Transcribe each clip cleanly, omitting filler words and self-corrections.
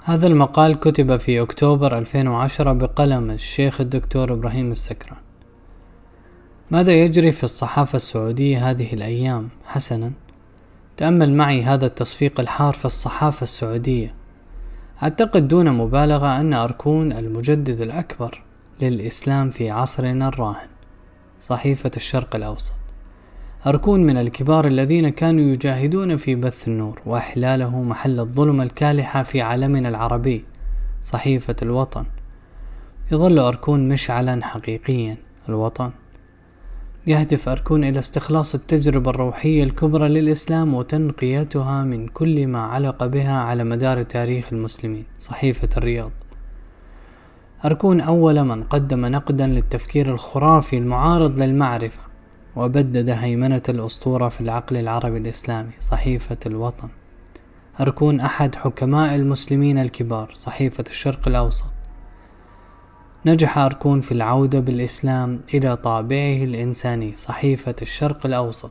هذا المقال كتب في أكتوبر 2010 بقلم الشيخ الدكتور إبراهيم السكران. ماذا يجري في الصحافة السعودية هذه الأيام؟ حسنا، تأمل معي هذا التصفيق الحار في الصحافة السعودية. أعتقد دون مبالغة أن أركون المجدد الأكبر للإسلام في عصرنا الراهن صحيفة الشرق الأوسط، أركون من الكبار الذين كانوا يجاهدون في بث النور وإحلاله محل الظلم الكالحة في عالمنا العربي صحيفة الوطن. يظل أركون مشعلا حقيقيا. الوطن يهدف أركون إلى استخلاص التجربة الروحية الكبرى للإسلام وتنقيتها من كل ما علق بها على مدار تاريخ المسلمين صحيفة الرياض. أركون أول من قدم نقدا للتفكير الخرافي المعارض للمعرفة وبدد هيمنة الأسطورة في العقل العربي الإسلامي صحيفة الوطن. أركون أحد حكماء المسلمين الكبار صحيفة الشرق الأوسط. نجح أركون في العودة بالإسلام إلى طابعه الإنساني صحيفة الشرق الأوسط.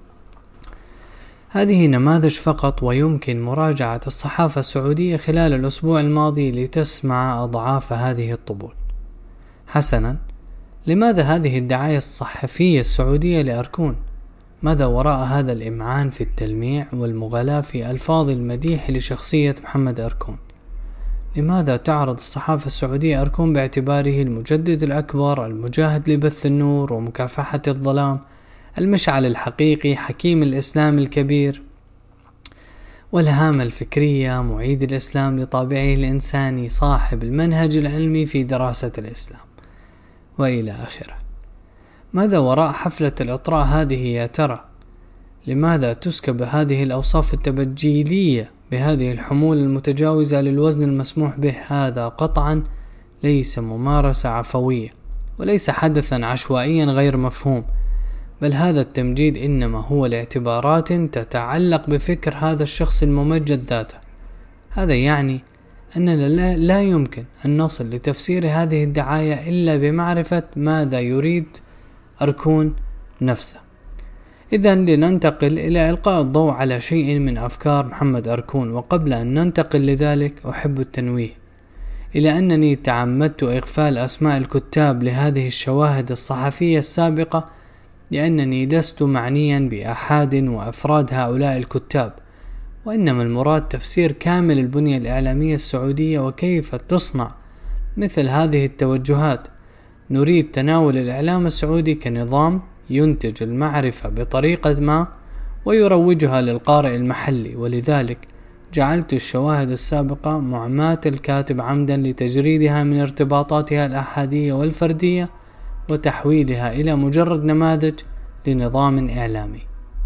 هذه نماذج فقط، ويمكن مراجعة الصحافة السعودية خلال الأسبوع الماضي لتسمع أضعاف هذه الطبول. حسنا، لماذا هذه الدعاية الصحفية السعودية لأركون؟ ماذا وراء هذا الإمعان في التلميع والمغالاة في ألفاظ المديح لشخصية محمد أركون؟ لماذا تعرض الصحافة السعودية أركون باعتباره المجدد الأكبر، المجاهد لبث النور ومكافحة الظلام، المشعل الحقيقي، حكيم الإسلام الكبير والهامة الفكرية، معيد الإسلام لطابعه الإنساني، صاحب المنهج العلمي في دراسة الإسلام، وإلى آخره؟ ماذا وراء حفلة الإطراء هذه يا ترى؟ لماذا تسكب هذه الأوصاف التبجيلية بهذه الحمول المتجاوزة للوزن المسموح به؟ هذا قطعا ليس ممارسة عفوية، وليس حدثا عشوائيا غير مفهوم، بل هذا التمجيد إنما هو لاعتبارات تتعلق بفكر هذا الشخص الممجد ذاته. هذا يعني أننا لا يمكن أن نصل لتفسير هذه الدعاية إلا بمعرفة ماذا يريد أركون نفسه. إذن لننتقل إلى إلقاء الضوء على شيء من أفكار محمد أركون. وقبل أن ننتقل لذلك أحب التنويه إلى أنني تعمدت إغفال أسماء الكتاب لهذه الشواهد الصحفية السابقة، لأنني لست معنيا بأحد وأفراد هؤلاء الكتاب، وإنما المراد تفسير كامل البنية الإعلامية السعودية وكيف تصنع مثل هذه التوجهات. نريد تناول الإعلام السعودي كنظام ينتج المعرفة بطريقة ما ويروجها للقارئ المحلي، ولذلك جعلت الشواهد السابقة معماة الكاتب عمدا لتجريدها من ارتباطاتها الأحادية والفردية وتحويلها إلى مجرد نماذج لنظام إعلامي.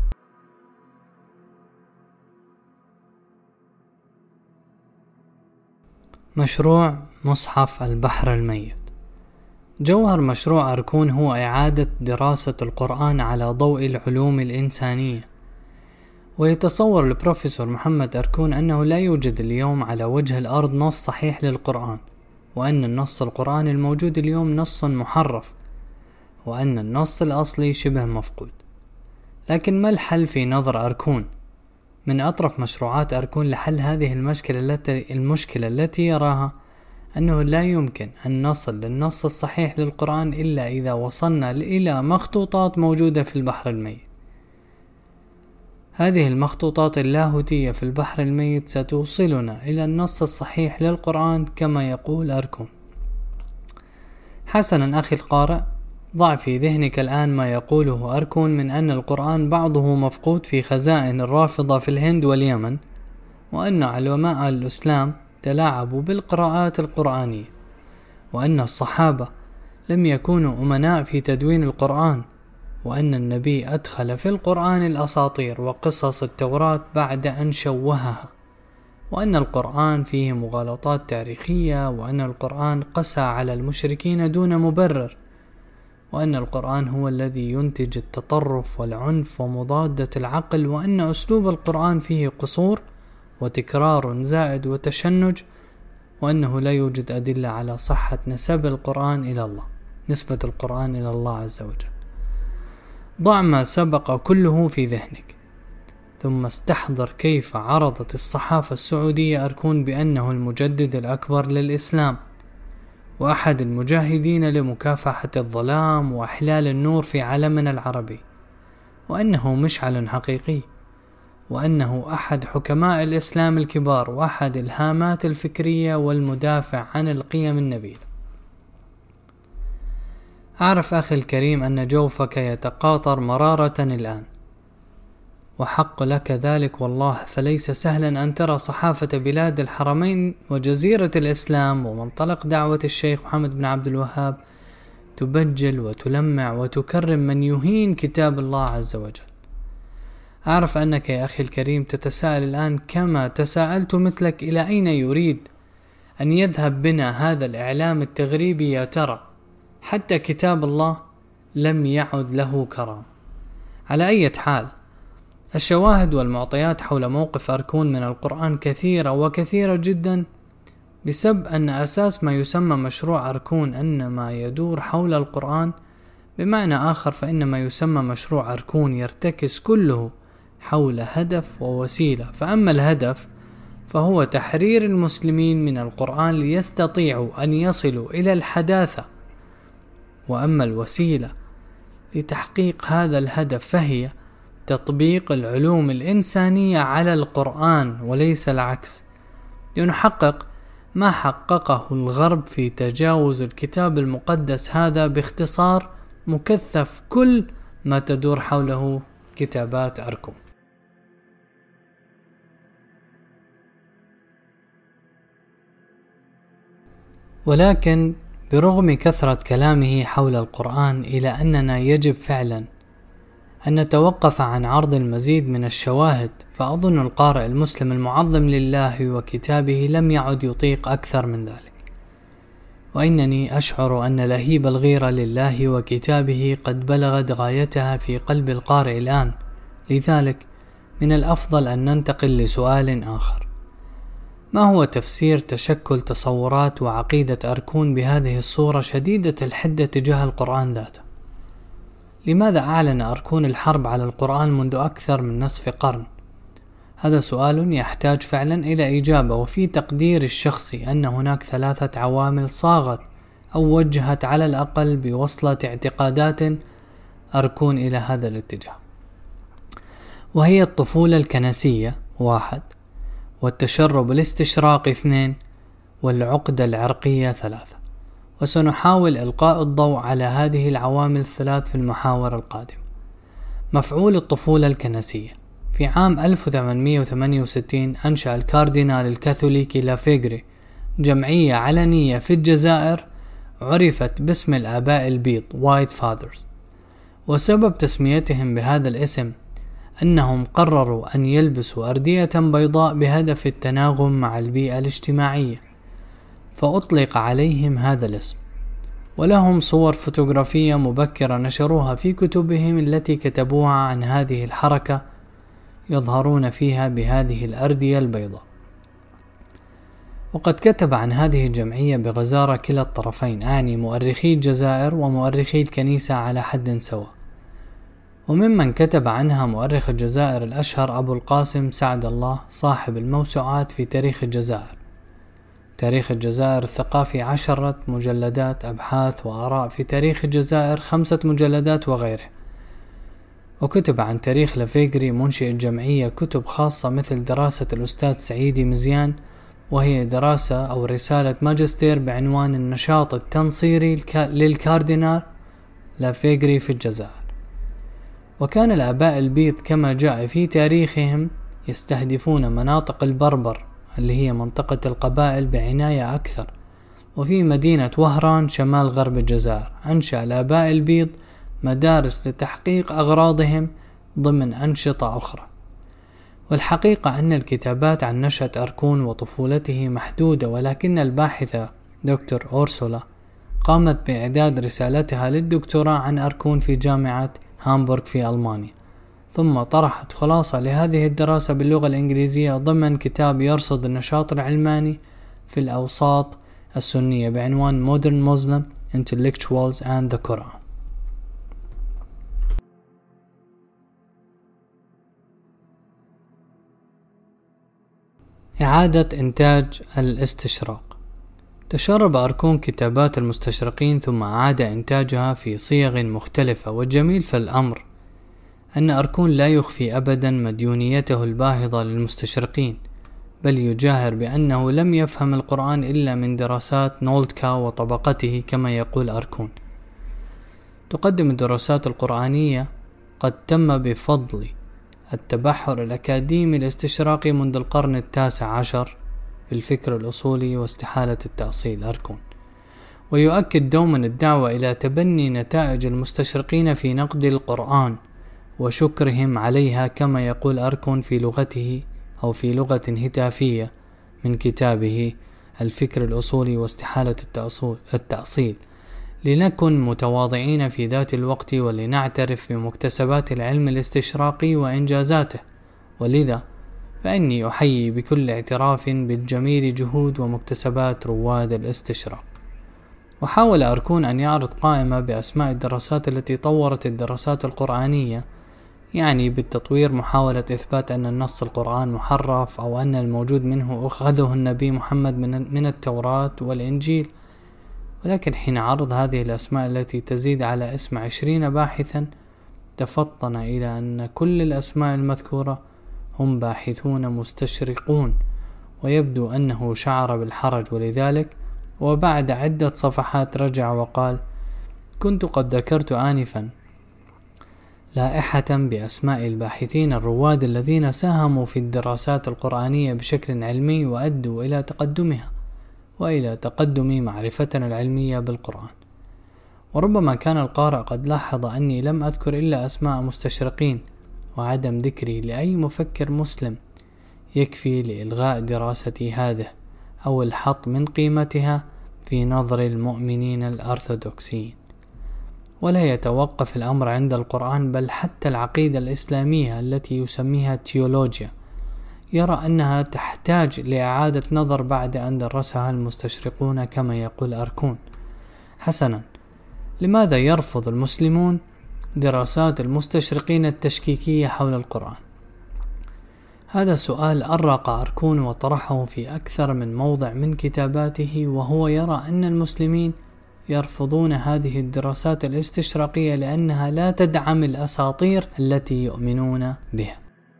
مشروع مصحف البحر الميت. جوهر مشروع أركون هو إعادة دراسة القرآن على ضوء العلوم الإنسانية. ويتصور البروفيسور محمد أركون أنه لا يوجد اليوم على وجه الأرض نص صحيح للقرآن، وأن النص القرآني الموجود اليوم نص محرف، وأن النص الأصلي شبه مفقود. لكن ما الحل في نظر أركون؟ من أطرف مشروعات أركون لحل هذه المشكلة التي يراها أنه لا يمكن أن نصل للنص الصحيح للقرآن إلا إذا وصلنا إلى مخطوطات موجودة في البحر الميت. هذه المخطوطات اللاهوتية في البحر الميت ستوصلنا إلى النص الصحيح للقرآن كما يقول أركون. حسنا أخي القارئ، ضع في ذهنك الآن ما يقوله أركون من أن القرآن بعضه مفقود في خزائن الرافضة في الهند واليمن، وأن علماء الإسلام تلاعبوا بالقراءات القرآنية، وأن الصحابة لم يكونوا أمناء في تدوين القرآن، وأن النبي أدخل في القرآن الأساطير وقصص التوراة بعد أن شوهها، وأن القرآن فيه مغالطات تاريخية، وأن القرآن قسى على المشركين دون مبرر، وأن القرآن هو الذي ينتج التطرف والعنف ومضادة العقل، وأن أسلوب القرآن فيه قصور وتكرار زائد وتشنج، وأنه لا يوجد أدلة على صحة نسبة القرآن إلى الله عز وجل. ضع ما سبق كله في ذهنك، ثم استحضر كيف عرضت الصحافة السعودية أركون بأنه المجدد الأكبر للإسلام وأحد المجاهدين لمكافحة الظلام وإحلال النور في عالمنا العربي، وأنه مشعل حقيقي، وأنه أحد حكماء الإسلام الكبار وأحد الهامات الفكرية والمدافع عن القيم النبيلة. أعرف أخي الكريم أن جوفك يتقاطر مرارة الآن، وحق لك ذلك والله، فليس سهلا أن ترى صحافة بلاد الحرمين وجزيرة الإسلام ومنطلق دعوة الشيخ محمد بن عبد الوهاب تبجل وتلمع وتكرم من يهين كتاب الله عز وجل. أعرف أنك يا أخي الكريم تتساءل الآن كما تساءلت مثلك إلى أين يريد أن يذهب بنا هذا الإعلام التغريبي يا ترى؟ حتى كتاب الله لم يعد له كرام. على أي حال، الشواهد والمعطيات حول موقف أركون من القرآن كثيرة وكثيرة جدا، بسبب أن أساس ما يسمى مشروع أركون أن ما يدور حول القرآن. بمعنى آخر، فإن ما يسمى مشروع أركون يرتكز كله حول هدف ووسيلة، فأما الهدف فهو تحرير المسلمين من القرآن ليستطيعوا أن يصلوا إلى الحداثة، وأما الوسيلة لتحقيق هذا الهدف فهي تطبيق العلوم الإنسانية على القرآن وليس العكس، لنحقق ما حققه الغرب في تجاوز الكتاب المقدس هذا باختصار مكثف كل ما تدور حوله كتابات أركون. ولكن برغم كثرة كلامه حول القرآن، إلى أننا يجب فعلا أن نتوقف عن عرض المزيد من الشواهد، فأظن القارئ المسلم المعظم لله وكتابه لم يعد يطيق أكثر من ذلك، وإنني أشعر أن لهيب الغيرة لله وكتابه قد بلغت غايتها في قلب القارئ الآن. لذلك من الأفضل أن ننتقل لسؤال آخر: ما هو تفسير تشكل تصورات وعقيدة أركون بهذه الصورة شديدة الحدة تجاه القرآن ذاته؟ لماذا أعلن أركون الحرب على القرآن منذ أكثر من نصف قرن؟ هذا سؤال يحتاج فعلا إلى إجابة، وفي تقديري الشخصي أن هناك 3 عوامل صاغت أو وجهت على الأقل بوصلة اعتقادات أركون إلى هذا الاتجاه، وهي الطفولة الكنسية 1، والتشرب الاستشراقي 2، والعقدة العرقية 3. وسنحاول إلقاء الضوء على هذه العوامل ال3 في المحاور القادمة. مفعول الطفولة الكنسية: في عام 1868 أنشأ الكاردينال الكاثوليكي لافيغري جمعية علنية في الجزائر عرفت باسم الآباء البيض White Fathers، وسبب تسميتهم بهذا الاسم أنهم قرروا أن يلبسوا أردية بيضاء بهدف التناغم مع البيئة الاجتماعية، فأطلق عليهم هذا الاسم. ولهم صور فوتوغرافية مبكرة نشروها في كتبهم التي كتبوها عن هذه الحركة، يظهرون فيها بهذه الأردية البيضاء. وقد كتب عن هذه الجمعية بغزارة كلا الطرفين، أعني مؤرخي الجزائر ومؤرخي الكنيسة على حد سواء. وممن كتب عنها مؤرخ الجزائر الأشهر أبو القاسم سعد الله، صاحب الموسوعات في تاريخ الجزائر، تاريخ الجزائر الثقافي 10 مجلدات، أبحاث وآراء في تاريخ الجزائر 5 مجلدات وغيره. وكتب عن تاريخ لافيغري منشئ الجمعية كتب خاصة مثل دراسة الأستاذ سعيدي مزيان، وهي دراسة أو رسالة ماجستير بعنوان النشاط التنصيري للكاردينال لافيغري في الجزائر. وكان الآباء البيض كما جاء في تاريخهم يستهدفون مناطق البربر اللي هي منطقة القبائل بعناية أكثر. وفي مدينة وهران شمال غرب الجزائر أنشأ الآباء البيض مدارس لتحقيق أغراضهم ضمن أنشطة أخرى. والحقيقة أن الكتابات عن نشأة أركون وطفولته محدودة، ولكن الباحثة دكتور أورسولا قامت بإعداد رسالتها للدكتوراه عن أركون في جامعة هامبورغ في ألمانيا، ثم طرحت خلاصة لهذه الدراسة باللغة الإنجليزية ضمن كتاب يرصد النشاط العلماني في الأوساط السنية بعنوان Modern Muslim Intellectuals and the Quran. إعادة إنتاج الاستشراق. تشرب أركون كتابات المستشرقين ثم أعاد إنتاجها في صيغ مختلفة، والجميل في الأمر أن أركون لا يخفي أبدا مديونيته الباهظة للمستشرقين، بل يجاهر بأنه لم يفهم القرآن إلا من دراسات نولدكا وطبقته كما يقول أركون. تقدم الدراسات القرآنية قد تم بفضل التبحر الأكاديمي الاستشراقي منذ القرن 19 في الفكر الأصولي واستحالة التأصيل أركون، ويؤكد دوما الدعوة إلى تبني نتائج المستشرقين في نقد القرآن وشكرهم عليها كما يقول أركون في لغته أو في لغة هتافية من كتابه الفكر الأصولي واستحالة التأصيل: لنكن متواضعين في ذات الوقت ولنعترف بمكتسبات العلم الاستشراقي وإنجازاته، ولذا فإني أحيي بكل اعتراف بالجميل جهود ومكتسبات رواد الاستشراق. وحاول أركون أن يعرض قائمة بأسماء الدراسات التي طورت الدراسات القرآنية، يعني بالتطوير محاولة إثبات أن النص القرآن محرف أو أن الموجود منه أخذه النبي محمد من التوراة والإنجيل. ولكن حين عرض هذه الأسماء التي تزيد على اسم 20 باحثا، تفطن إلى أن كل الأسماء المذكورة هم باحثون مستشرقون، ويبدو أنه شعر بالحرج، ولذلك وبعد عدة صفحات رجع وقال: كنت قد ذكرت آنفا لائحة بأسماء الباحثين الرواد الذين ساهموا في الدراسات القرآنية بشكل علمي وأدوا إلى تقدمها وإلى تقدم معرفتنا العلمية بالقرآن. وربما كان القارئ قد لاحظ أني لم أذكر إلا أسماء مستشرقين، وعدم ذكري لأي مفكر مسلم يكفي لإلغاء دراستي هذه أو الحط من قيمتها في نظر المؤمنين الأرثوذكسيين. ولا يتوقف الأمر عند القرآن، بل حتى العقيدة الإسلامية التي يسميها تيولوجيا يرى أنها تحتاج لإعادة نظر بعد أن درسها المستشرقون كما يقول أركون. حسنا، لماذا يرفض المسلمون دراسات المستشرقين التشكيكية حول القرآن؟ هذا سؤال أرق أركون وطرحه في أكثر من موضع من كتاباته، وهو يرى أن المسلمين يرفضون هذه الدراسات الاستشراقية لأنها لا تدعم الأساطير التي يؤمنون بها.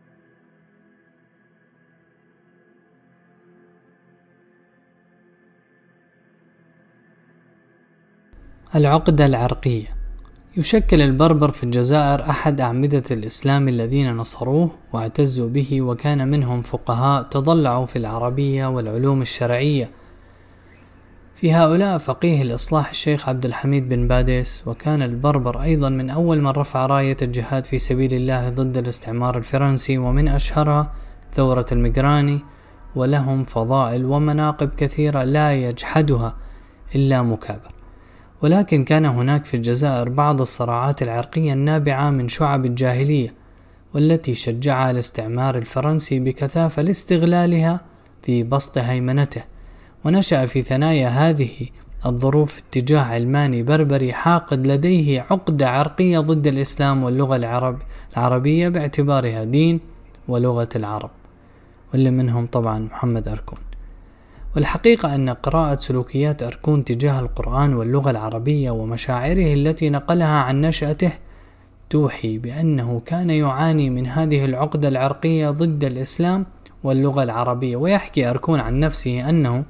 العقدة العرقية. يشكل البربر في الجزائر أحد أعمدة الإسلام الذين نصروه واعتزوا به، وكان منهم فقهاء تضلعوا في العربية والعلوم الشرعية. في هؤلاء فقيه الإصلاح الشيخ عبد الحميد بن باديس. وكان البربر أيضا من أول من رفع راية الجهاد في سبيل الله ضد الاستعمار الفرنسي، ومن أشهرها ثورة المجراني، ولهم فضائل ومناقب كثيرة لا يجحدها إلا مكابر. ولكن كان هناك في الجزائر بعض الصراعات العرقية النابعة من شعب الجاهلية، والتي شجعها الاستعمار الفرنسي بكثافة لاستغلالها في بسط هيمنته. ونشأ في ثنايا هذه الظروف اتجاه علماني بربري حاقد لديه عقدة عرقية ضد الإسلام واللغة العربية باعتبارها دين ولغة العرب، واللي منهم طبعا محمد أركون. والحقيقة أن قراءة سلوكيات أركون تجاه القرآن واللغة العربية ومشاعره التي نقلها عن نشأته توحي بأنه كان يعاني من هذه العقدة العرقية ضد الإسلام واللغة العربية. ويحكي أركون عن نفسه أنه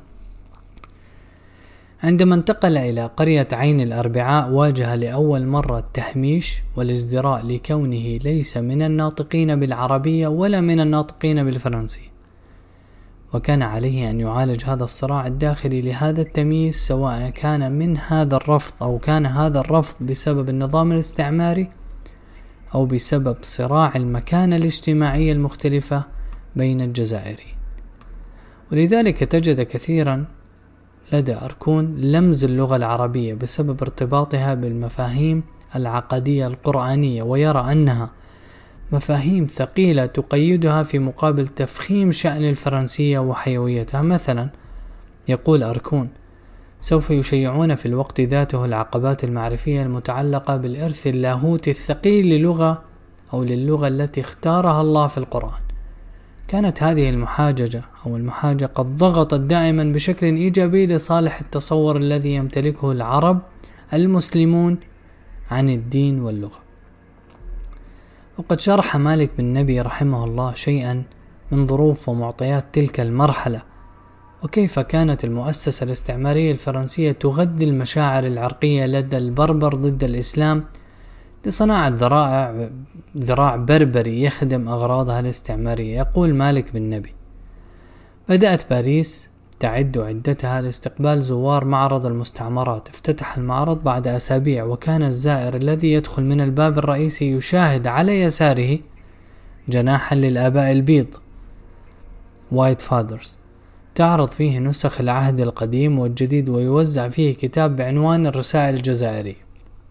عندما انتقل إلى قرية عين الأربعاء واجه لأول مرة التهميش والازدراء لكونه ليس من الناطقين بالعربية ولا من الناطقين بالفرنسية، وكان عليه أن يعالج هذا الصراع الداخلي لهذا التمييز، سواء كان من هذا الرفض أو كان هذا الرفض بسبب النظام الاستعماري أو بسبب صراع المكانة الاجتماعية المختلفة بين الجزائريين. ولذلك تجد كثيرا لدى أركون لمز اللغة العربية بسبب ارتباطها بالمفاهيم العقدية القرآنية، ويرى أنها مفاهيم ثقيلة تقيدها في مقابل تفخيم شأن الفرنسية وحيويتها. مثلا يقول أركون: سوف يشيعون في الوقت ذاته العقبات المعرفية المتعلقة بالإرث اللاهوتي الثقيل للغة أو للغة التي اختارها الله في القرآن، كانت هذه المحاجة قد ضغطت دائما بشكل إيجابي لصالح التصور الذي يمتلكه العرب المسلمون عن الدين واللغة. وقد شرح مالك بن نبي رحمه الله شيئا من ظروف ومعطيات تلك المرحلة، وكيف كانت المؤسسة الاستعمارية الفرنسية تغذي المشاعر العرقية لدى البربر ضد الإسلام لصناعة ذراع بربري يخدم أغراضها الاستعمارية. يقول مالك بن نبي: بدأت باريس تعد عدتها لاستقبال زوار معرض المستعمرات. افتتح المعرض بعد أسابيع، وكان الزائر الذي يدخل من الباب الرئيسي يشاهد على يساره جناحا للآباء البيض White Fathers تعرض فيه نسخ العهد القديم والجديد، ويوزع فيه كتاب بعنوان الرسائل الجزائرية.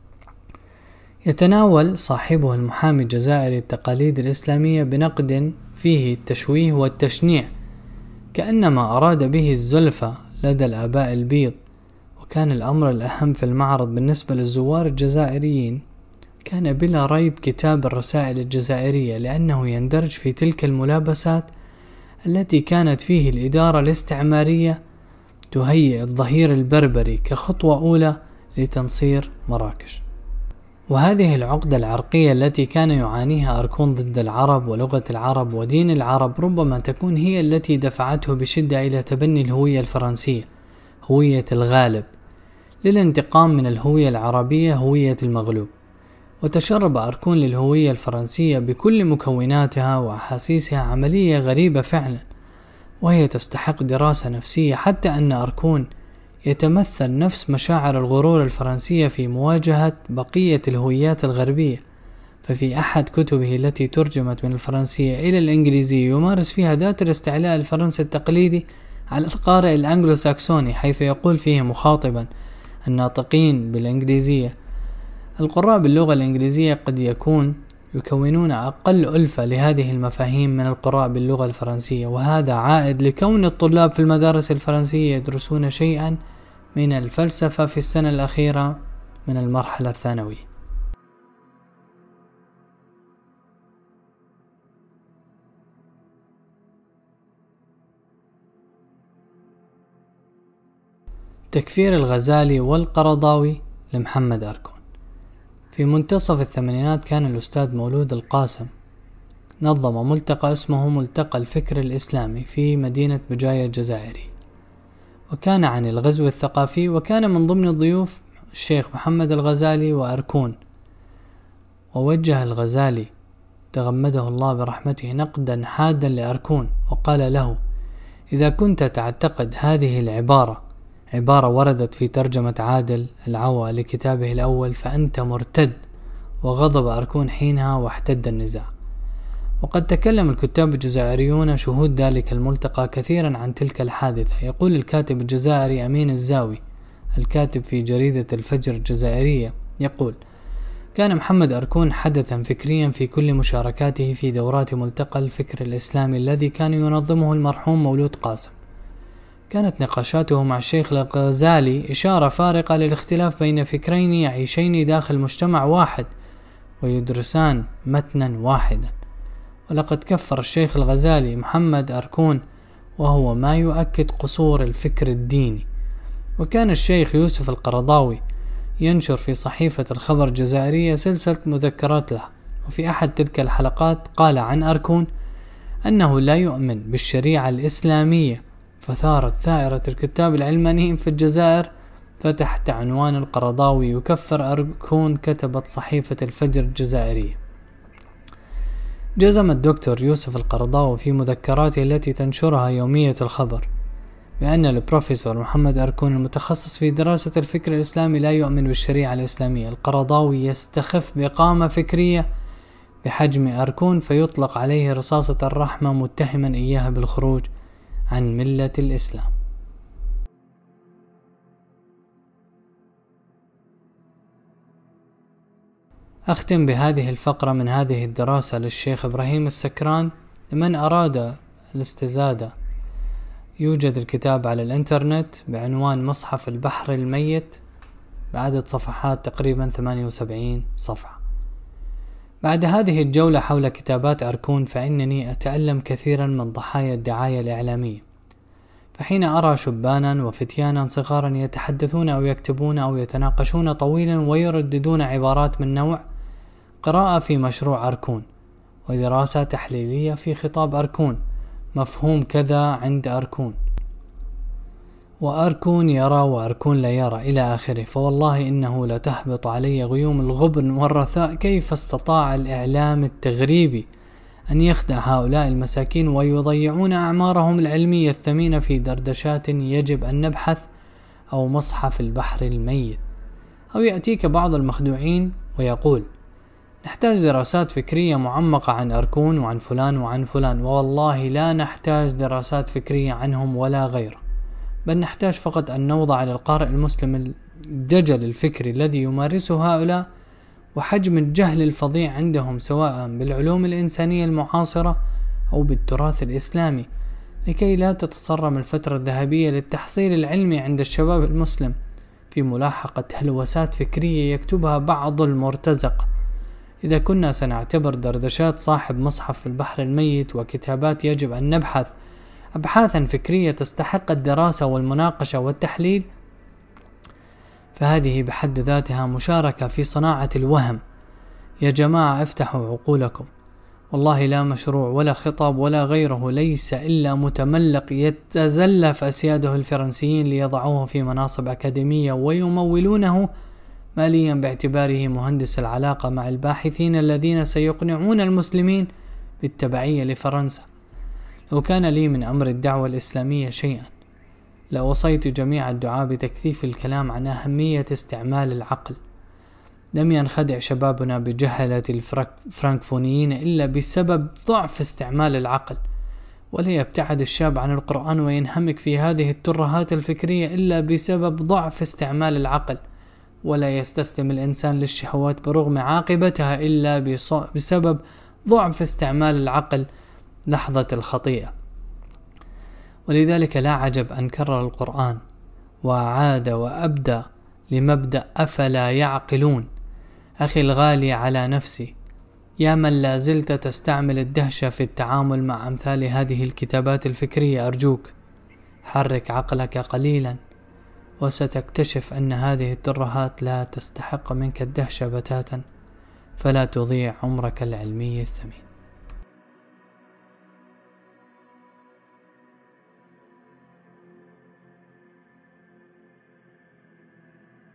يتناول صاحبه المحامي الجزائري التقاليد الإسلامية بنقد فيه التشويه والتشنيع، كأنما أراد به الزلفة لدى الآباء البيض. وكان الأمر الأهم في المعرض بالنسبة للزوار الجزائريين كان بلا ريب كتاب الرسائل الجزائرية، لأنه يندرج في تلك الملابسات التي كانت فيه الإدارة الاستعمارية تهيئ الظهير البربري كخطوة أولى لتنصير مراكش. وهذه العقدة العرقية التي كان يعانيها أركون ضد العرب ولغة العرب ودين العرب ربما تكون هي التي دفعته بشدة إلى تبني الهوية الفرنسية، هوية الغالب، للانتقام من الهوية العربية، هوية المغلوب. وتشرب أركون للهوية الفرنسية بكل مكوناتها وأحاسيسها، عملية غريبة فعلا، وهي تستحق دراسة نفسية، حتى أن أركون يتمثل نفس مشاعر الغرور الفرنسية في مواجهة بقية الهويات الغربية. ففي أحد كتبه التي ترجمت من الفرنسية إلى الإنجليزية يمارس فيها ذات الاستعلاء الفرنسي التقليدي على القارئ الأنجلو ساكسوني، حيث يقول فيه مخاطبا الناطقين بالإنجليزية: القراء باللغة الإنجليزية قد يكونون أقل ألفة لهذه المفاهيم من القراء باللغة الفرنسية، وهذا عائد لكون الطلاب في المدارس الفرنسية يدرسون شيئا من الفلسفة في السنة الأخيرة من المرحلة الثانوية. تكفير الغزالي والقرضاوي لمحمد أركون. في منتصف الثمانينات كان الأستاذ مولود القاسم نظم ملتقى اسمه ملتقى الفكر الإسلامي في مدينة بجاية الجزائري، وكان عن الغزو الثقافي، وكان من ضمن الضيوف الشيخ محمد الغزالي وأركون. ووجه الغزالي تغمده الله برحمته نقدا حادا لأركون، وقال له: إذا كنت تعتقد هذه العبارة وردت في ترجمة عادل العوى لكتابه الأول فأنت مرتد. وغضب أركون حينها واحتد النزاع. وقد تكلم الكتاب الجزائريون شهود ذلك الملتقى كثيرا عن تلك الحادثة. يقول الكاتب الجزائري أمين الزاوي الكاتب في جريدة الفجر الجزائرية، يقول: كان محمد أركون حدثا فكريا في كل مشاركاته في دورات ملتقى الفكر الإسلامي الذي كان ينظمه المرحوم مولود قاسم. كانت نقاشاته مع الشيخ الغزالي إشارة فارقة للاختلاف بين فكرين يعيشين داخل مجتمع واحد ويدرسان متنا واحدا. ولقد كفر الشيخ الغزالي محمد أركون، وهو ما يؤكد قصور الفكر الديني. وكان الشيخ يوسف القرضاوي ينشر في صحيفة الخبر الجزائرية سلسلة مذكرات له، وفي أحد تلك الحلقات قال عن أركون أنه لا يؤمن بالشريعة الإسلامية، فثارت ثائرة الكتاب العلمانيين في الجزائر، فتحت عنوان القرضاوي يكفر أركون كتبت صحيفة الفجر الجزائرية. جزم الدكتور يوسف القرضاوي في مذكراته التي تنشرها يومية الخبر بأن البروفيسور محمد أركون المتخصص في دراسة الفكر الإسلامي لا يؤمن بالشريعة الإسلامية. القرضاوي يستخف بقامة فكرية بحجم أركون فيطلق عليه رصاصة الرحمة، متهما إياها بالخروج عن ملة الإسلام. أختم بهذه الفقرة من هذه الدراسة للشيخ إبراهيم السكران. لمن أراد الاستزادة يوجد الكتاب على الإنترنت بعنوان مصحف البحر الميت بعدد صفحات تقريبا 78 صفحة. بعد هذه الجولة حول كتابات أركون، فإنني أتألم كثيرا من ضحايا الدعاية الإعلامية، فحين أرى شبانا وفتيانا صغارا يتحدثون أو يكتبون أو يتناقشون طويلا ويرددون عبارات من نوع قراءة في مشروع أركون، ودراسة تحليلية في خطاب أركون، مفهوم كذا عند أركون، وأركون يرى وأركون لا يرى إلى آخره، فوالله إنه لتهبط علي غيوم الغبن والرثاء. كيف استطاع الإعلام التغريبي أن يخدع هؤلاء المساكين ويضيعون أعمارهم العلمية الثمينة في دردشات يجب أن نبحث، أو مصحف البحر الميت؟ أو يأتيك بعض المخدوعين ويقول نحتاج دراسات فكرية معمقة عن أركون وعن فلان وعن فلان، والله لا نحتاج دراسات فكرية عنهم ولا غيره، بل نحتاج فقط أن نوضع للقارئ المسلم الدجل الفكري الذي يمارسه هؤلاء، وحجم الجهل الفظيع عندهم سواء بالعلوم الإنسانية المعاصرة أو بالتراث الإسلامي، لكي لا تتصرم الفترة الذهبية للتحصيل العلمي عند الشباب المسلم في ملاحقة هلوسات فكرية يكتبها بعض المرتزق. إذا كنا سنعتبر دردشات صاحب مصحف البحر الميت وكتابات يجب أن نبحث أبحاثا فكرية تستحق الدراسة والمناقشة والتحليل، فهذه بحد ذاتها مشاركة في صناعة الوهم. يا جماعة افتحوا عقولكم، والله لا مشروع ولا خطاب ولا غيره ليس إلا متملق يتزلف أسياده الفرنسيين ليضعوه في مناصب أكاديمية ويمولونه ماليا باعتباره مهندس العلاقة مع الباحثين الذين سيقنعون المسلمين بالتبعية لفرنسا. لو كان لي من أمر الدعوة الإسلامية شيئا لأوصيت جميع الدعاة بتكثيف الكلام عن أهمية استعمال العقل. لم ينخدع شبابنا بجهلة الفرنكفونيين إلا بسبب ضعف استعمال العقل، ولا يبتعد الشاب عن القرآن وينهمك في هذه الترهات الفكرية إلا بسبب ضعف استعمال العقل، ولا يستسلم الإنسان للشهوات برغم عاقبتها إلا بسبب ضعف استعمال العقل لحظة الخطيئة. ولذلك لا عجب أن كرر القرآن وعاد وأبدى لمبدأ أفلا يعقلون. أخي الغالي على نفسي، يا من لا زلت تستعمل الدهشة في التعامل مع أمثال هذه الكتابات الفكرية، أرجوك حرك عقلك قليلا وستكتشف أن هذه الترهات لا تستحق منك الدهشة بتاتا، فلا تضيع عمرك العلمي الثمين.